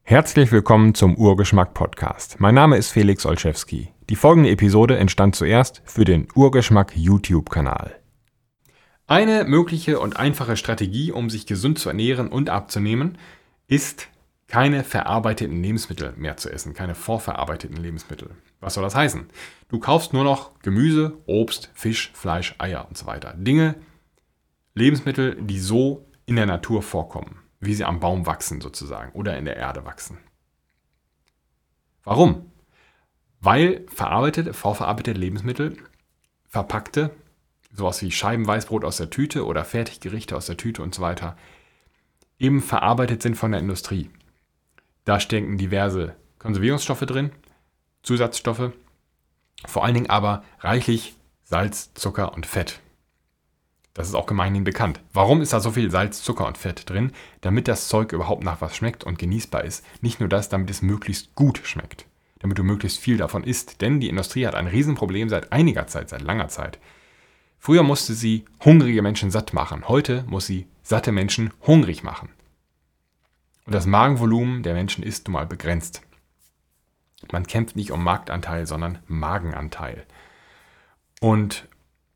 Herzlich willkommen zum Urgeschmack-Podcast. Mein Name ist Felix Olszewski. Die folgende Episode entstand zuerst für den Urgeschmack YouTube-Kanal. Eine mögliche und einfache Strategie, um sich gesund zu ernähren und abzunehmen, ist, keine verarbeiteten Lebensmittel mehr zu essen, keine vorverarbeiteten Lebensmittel. Was soll das heißen? Du kaufst nur noch Gemüse, Obst, Fisch, Fleisch, Eier und so weiter. Lebensmittel, die so in der Natur vorkommen, wie sie am Baum wachsen sozusagen oder in der Erde wachsen. Warum? Weil vorverarbeitete Lebensmittel, verpackte, sowas wie Scheibenweißbrot aus der Tüte oder Fertiggerichte aus der Tüte und so weiter, eben verarbeitet sind von der Industrie. Da stecken diverse Konservierungsstoffe drin, Zusatzstoffe, vor allen Dingen aber reichlich Salz, Zucker und Fett. Das ist auch gemeinhin bekannt. Warum ist da so viel Salz, Zucker und Fett drin? Damit das Zeug überhaupt nach was schmeckt und genießbar ist. Nicht nur das, damit es möglichst gut schmeckt. Damit du möglichst viel davon isst. Denn die Industrie hat ein Riesenproblem seit einiger Zeit, seit langer Zeit. Früher musste sie hungrige Menschen satt machen. Heute muss sie satte Menschen hungrig machen. Und das Magenvolumen der Menschen ist nun mal begrenzt. Man kämpft nicht um Marktanteil, sondern Magenanteil. Und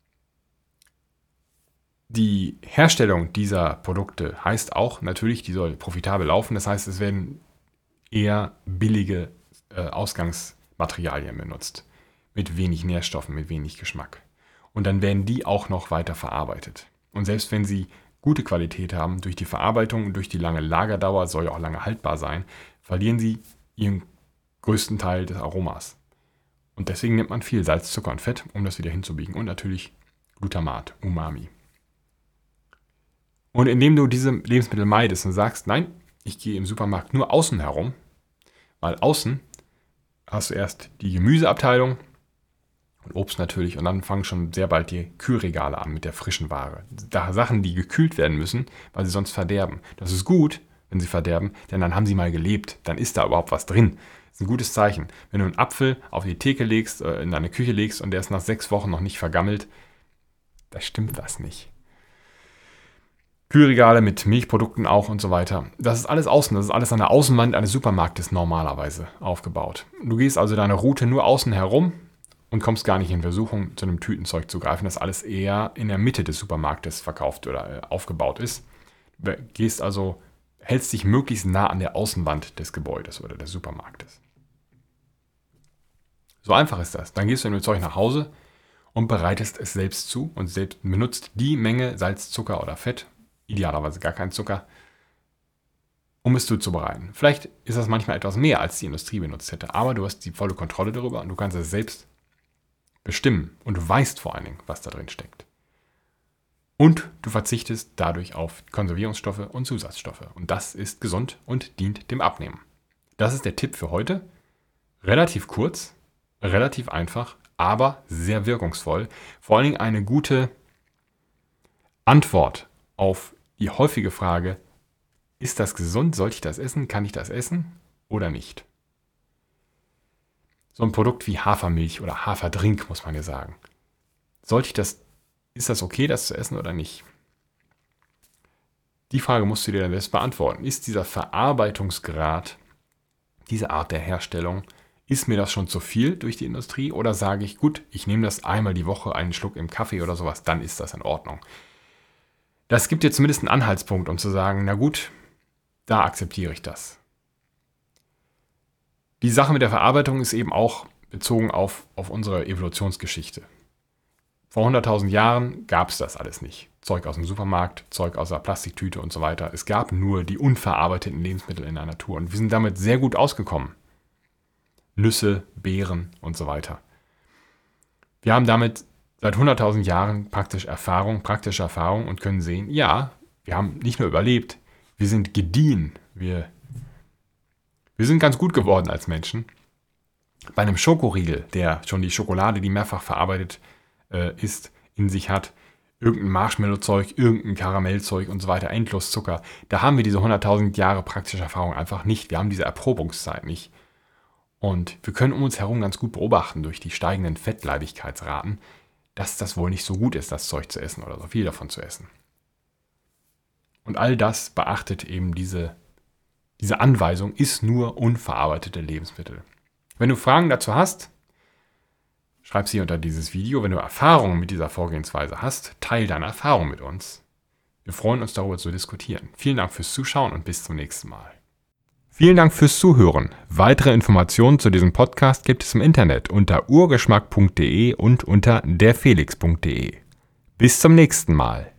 die Herstellung dieser Produkte heißt auch natürlich, die soll profitabel laufen. Das heißt, es werden eher billige Ausgangsmaterialien benutzt. Mit wenig Nährstoffen, mit wenig Geschmack. Und dann werden die auch noch weiter verarbeitet. Und selbst wenn sie gute Qualität haben, durch die Verarbeitung und durch die lange Lagerdauer, soll ja auch lange haltbar sein, verlieren sie ihren größten Teil des Aromas. Und deswegen nimmt man viel Salz, Zucker und Fett, um das wieder hinzubiegen. Und natürlich Glutamat, Umami. Und indem du diese Lebensmittel meidest und sagst, nein, ich gehe im Supermarkt nur außen herum, weil außen hast du erst die Gemüseabteilung und Obst natürlich und dann fangen schon sehr bald die Kühlregale an mit der frischen Ware. Da Sachen, die gekühlt werden müssen, weil sie sonst verderben. Das ist gut, wenn sie verderben, denn dann haben sie mal gelebt, dann ist da überhaupt was drin. Das ist ein gutes Zeichen. Wenn du einen Apfel auf die Theke legst, in deine Küche legst und der ist nach 6 Wochen noch nicht vergammelt, da stimmt was nicht. Kühlregale mit Milchprodukten auch und so weiter. Das ist alles außen, das ist alles an der Außenwand eines Supermarktes normalerweise aufgebaut. Du gehst also deine Route nur außen herum und kommst gar nicht in Versuchung, zu einem Tütenzeug zu greifen, das alles eher in der Mitte des Supermarktes verkauft oder aufgebaut ist. Du gehst also, hältst dich möglichst nah an der Außenwand des Gebäudes oder des Supermarktes. So einfach ist das. Dann gehst du mit dem Zeug nach Hause und bereitest es selbst zu und selbst benutzt die Menge Salz, Zucker oder Fett, idealerweise gar kein Zucker, um es zuzubereiten. Vielleicht ist das manchmal etwas mehr, als die Industrie benutzt hätte, aber du hast die volle Kontrolle darüber und du kannst es selbst bestimmen und du weißt vor allen Dingen, was da drin steckt. Und du verzichtest dadurch auf Konservierungsstoffe und Zusatzstoffe. Und das ist gesund und dient dem Abnehmen. Das ist der Tipp für heute. Relativ kurz, relativ einfach, aber sehr wirkungsvoll. Vor allen Dingen eine gute Antwort auf die häufige Frage, ist das gesund? Sollte ich das essen? Kann ich das essen oder nicht? So ein Produkt wie Hafermilch oder Haferdrink, muss man ja sagen. Ist das okay, das zu essen oder nicht? Die Frage musst du dir dann selbst beantworten. Ist dieser Verarbeitungsgrad, diese Art der Herstellung, ist mir das schon zu viel durch die Industrie? Oder sage ich, gut, ich nehme das einmal die Woche, einen Schluck im Kaffee oder sowas, dann ist das in Ordnung. Das gibt dir zumindest einen Anhaltspunkt, um zu sagen, na gut, da akzeptiere ich das. Die Sache mit der Verarbeitung ist eben auch bezogen auf unsere Evolutionsgeschichte. Vor 100.000 Jahren gab es das alles nicht. Zeug aus dem Supermarkt, Zeug aus der Plastiktüte und so weiter. Es gab nur die unverarbeiteten Lebensmittel in der Natur und wir sind damit sehr gut ausgekommen. Nüsse, Beeren und so weiter. Wir haben damit seit 100.000 Jahren praktische Erfahrung und können sehen, ja, wir haben nicht nur überlebt, wir sind gediehen, wir sind ganz gut geworden als Menschen. Bei einem Schokoriegel, der schon die Schokolade, die mehrfach verarbeitet ist, in sich hat, irgendein Marshmallow-Zeug, irgendein Karamellzeug und so weiter, endlos Zucker, da haben wir diese 100.000 Jahre praktische Erfahrung einfach nicht. Wir haben diese Erprobungszeit nicht. Und wir können um uns herum ganz gut beobachten durch die steigenden Fettleibigkeitsraten, dass das wohl nicht so gut ist, das Zeug zu essen oder so viel davon zu essen. Und all das beachtet eben diese Diese Anweisung ist nur unverarbeitete Lebensmittel. Wenn du Fragen dazu hast, schreib sie unter dieses Video. Wenn du Erfahrungen mit dieser Vorgehensweise hast, teile deine Erfahrungen mit uns. Wir freuen uns, darüber zu diskutieren. Vielen Dank fürs Zuschauen und bis zum nächsten Mal. Vielen Dank fürs Zuhören. Weitere Informationen zu diesem Podcast gibt es im Internet unter urgeschmack.de und unter derfelix.de. Bis zum nächsten Mal.